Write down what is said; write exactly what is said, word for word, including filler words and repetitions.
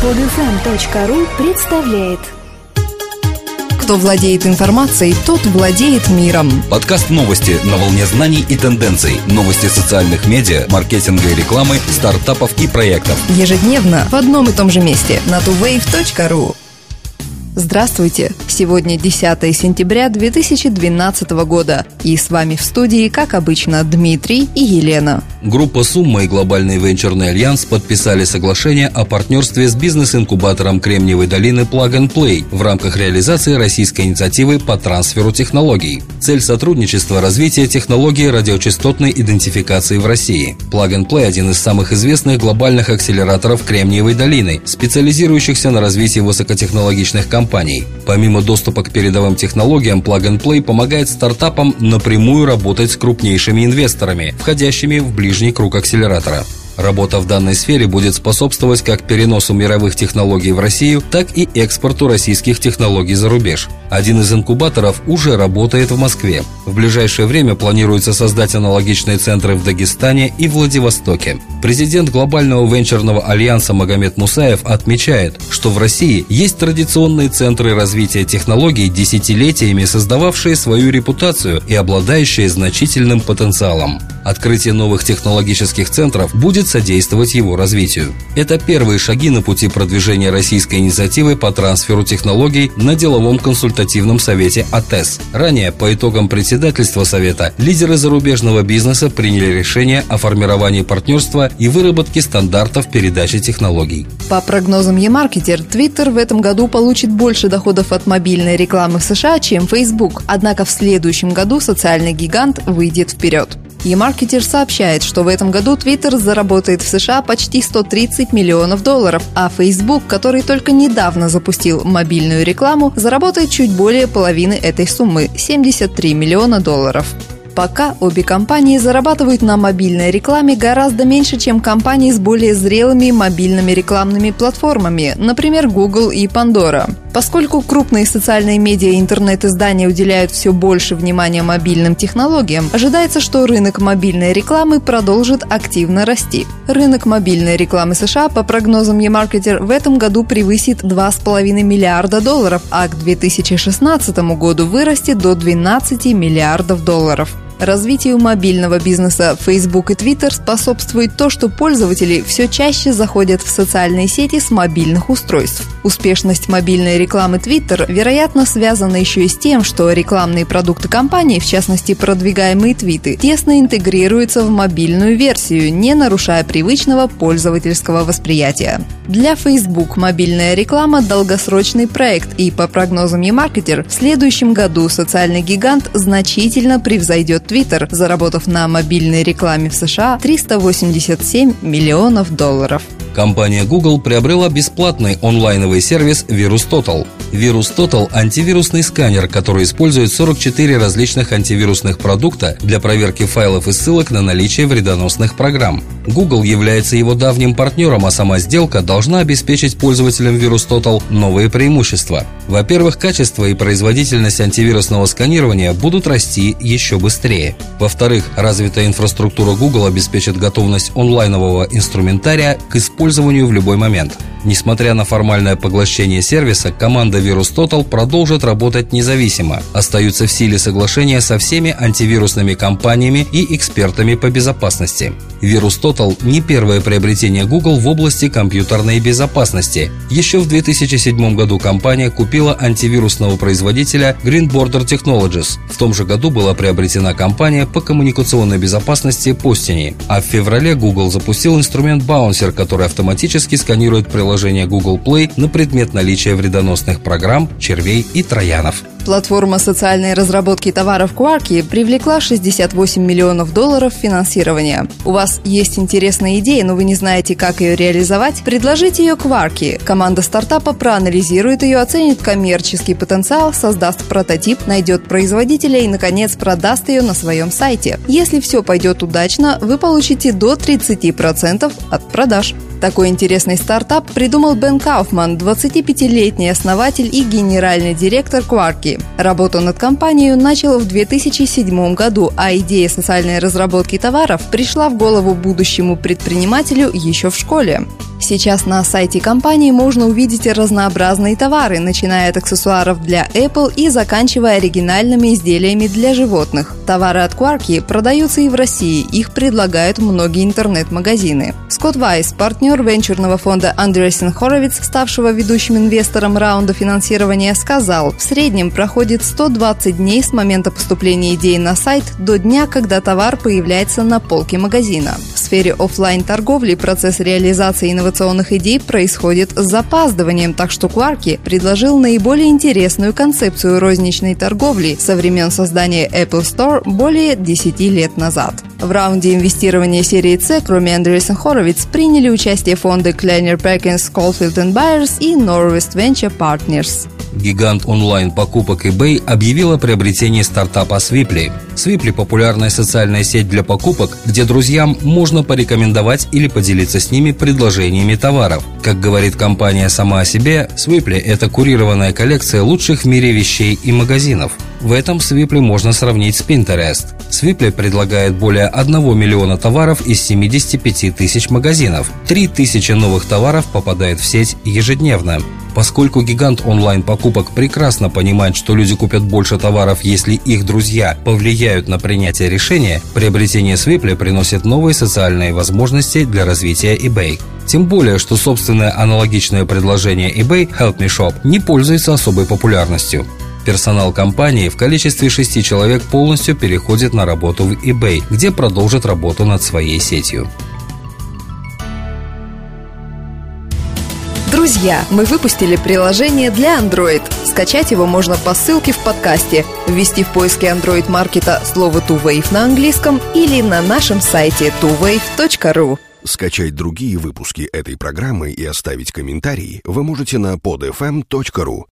подфм точка ру представляет. Кто владеет информацией, тот владеет миром. Подкаст «Новости» на волне знаний и тенденций. Новости социальных медиа, маркетинга и рекламы, стартапов и проектов. Ежедневно в одном и том же месте на ту вейв точка ру. Здравствуйте! Сегодня десятое сентября две тысячи двенадцатого года. И с вами в студии, как обычно, Дмитрий и Елена. Группа «Сумма» и Глобальный венчурный альянс подписали соглашение о партнерстве с бизнес-инкубатором Кремниевой долины Plug and Play в рамках реализации российской инициативы по трансферу технологий. Цель сотрудничества – развитие технологии радиочастотной идентификации в России. Plug and Play – один из самых известных глобальных акселераторов Кремниевой долины, специализирующихся на развитии высокотехнологичных компаний. Помимо доступа к передовым технологиям, Plug and Play помогает стартапам напрямую работать с крупнейшими инвесторами, входящими в ближний круг акселератора. Работа в данной сфере будет способствовать как переносу мировых технологий в Россию, так и экспорту российских технологий за рубеж. Один из инкубаторов уже работает в Москве. В ближайшее время планируется создать аналогичные центры в Дагестане и Владивостоке. Президент Глобального венчурного альянса Магомед Мусаев отмечает, что в России есть традиционные центры развития технологий, десятилетиями создававшие свою репутацию и обладающие значительным потенциалом. Открытие новых технологических центров будет содействовать его развитию. Это первые шаги на пути продвижения российской инициативы по трансферу технологий на деловом консультативном совете АТЭС. Ранее, по итогам председательства совета, лидеры зарубежного бизнеса приняли решение о формировании партнерства и выработке стандартов передачи технологий. По прогнозам eMarketer, Twitter в этом году получит больше доходов от мобильной рекламы в США, чем Facebook. Однако в следующем году социальный гигант выйдет вперед. eMarketer сообщает, что в этом году Twitter заработает в США почти сто тридцать миллионов долларов, а Facebook, который только недавно запустил мобильную рекламу, заработает чуть более половины этой суммы – семьдесят три миллиона долларов. Пока обе компании зарабатывают на мобильной рекламе гораздо меньше, чем компании с более зрелыми мобильными рекламными платформами, например, Google и Pandora. Поскольку крупные социальные медиа и интернет-издания уделяют все больше внимания мобильным технологиям, ожидается, что рынок мобильной рекламы продолжит активно расти. Рынок мобильной рекламы США, по прогнозам eMarketer, в этом году превысит два с половиной миллиарда долларов, а к две тысячи шестнадцатому году вырастет до двенадцати миллиардов долларов. Развитию мобильного бизнеса Facebook и Twitter способствует то, что пользователи все чаще заходят в социальные сети с мобильных устройств. Успешность мобильной рекламы Twitter, вероятно, связана еще и с тем, что рекламные продукты компании, в частности продвигаемые твиты, тесно интегрируются в мобильную версию, не нарушая привычного пользовательского восприятия. Для Facebook мобильная реклама – долгосрочный проект, и по прогнозам eMarketer, в следующем году социальный гигант значительно превзойдет Twitter, заработав на мобильной рекламе в США триста восемьдесят семь миллионов долларов. Компания Google приобрела бесплатный онлайновый сервис VirusTotal. VirusTotal – антивирусный сканер, который использует сорок четыре различных антивирусных продукта для проверки файлов и ссылок на наличие вредоносных программ. Google является его давним партнером, а сама сделка должна обеспечить пользователям VirusTotal новые преимущества. Во-первых, качество и производительность антивирусного сканирования будут расти еще быстрее. Во-вторых, развитая инфраструктура Google обеспечит готовность онлайнового инструментария к использованию в любой момент. Несмотря на формальное поглощение сервиса, команда VirusTotal продолжит работать независимо. Остаются в силе соглашения со всеми антивирусными компаниями и экспертами по безопасности. VirusTotal не первое приобретение Google в области компьютерной безопасности. Еще в две тысячи седьмом году компания купила антивирусного производителя Green Border Technologies. В том же году была приобретена компания по коммуникационной безопасности Postini. А в феврале Google запустил инструмент Bouncer, который автоматически сканирует приложение Google Play на предмет наличия вредоносных программ, червей и троянов. Платформа социальной разработки товаров Quarky привлекла шестьдесят восемь миллионов долларов финансирования. У вас есть интересная идея, но вы не знаете, как ее реализовать? Предложите ее Quarky. Команда стартапа проанализирует ее, оценит коммерческий потенциал, создаст прототип, найдет производителя и, наконец, продаст ее на своем сайте. Если все пойдет удачно, вы получите до тридцати процентов от продаж. Такой интересный стартап придумал Бен Кауфман, двадцатипятилетний основатель и генеральный директор Quarky. Работу над компанией он начал в две тысячи седьмом году, а идея социальной разработки товаров пришла в голову будущему предпринимателю еще в школе. Сейчас на сайте компании можно увидеть разнообразные товары, начиная от аксессуаров для Apple и заканчивая оригинальными изделиями для животных. Товары от Quarky продаются и в России, их предлагают многие интернет-магазины. Скотт Вайс, партнер венчурного фонда Andreessen Horowitz, ставшего ведущим инвестором раунда финансирования, сказал, в среднем проходит сто двадцать дней с момента поступления идеи на сайт до дня, когда товар появляется на полке магазина. В сфере офлайн-торговли процесс реализации инновационных идей происходит с запаздыванием, так что Quarky предложил наиболее интересную концепцию розничной торговли со времен создания Apple Store более десяти лет назад. В раунде инвестирования серии С, кроме Andreessen Horowitz, приняли участие фонды Kleiner Perkins, Caulfield энд Byers и Norwest Venture Partners. Гигант онлайн-покупок eBay объявил о приобретении стартапа Sweeply. Sweeply – популярная социальная сеть для покупок, где друзьям можно порекомендовать или поделиться с ними предложениями товаров. Как говорит компания сама о себе, Sweeply – это курированная коллекция лучших в мире вещей и магазинов. В этом Sweeply можно сравнить с Pinterest. Sweeply предлагает более одного миллиона товаров из семидесяти пяти тысяч магазинов. Три тысячи новых товаров попадает в сеть ежедневно. Поскольку гигант онлайн-покупок прекрасно понимает, что люди купят больше товаров, если их друзья повлияют на принятие решения, приобретение Sweeply приносит новые социальные возможности для развития eBay. Тем более, что собственное аналогичное предложение eBay Help Me Shop не пользуется особой популярностью. Персонал компании в количестве шести человек полностью переходит на работу в eBay, где продолжит работу над своей сетью. Друзья, мы выпустили приложение для Android. Скачать его можно по ссылке в подкасте, ввести в поиске Android маркета слово two wave на английском или на нашем сайте two wave точка ru. Скачать другие выпуски этой программы и оставить комментарии вы можете на pod f m точка ru.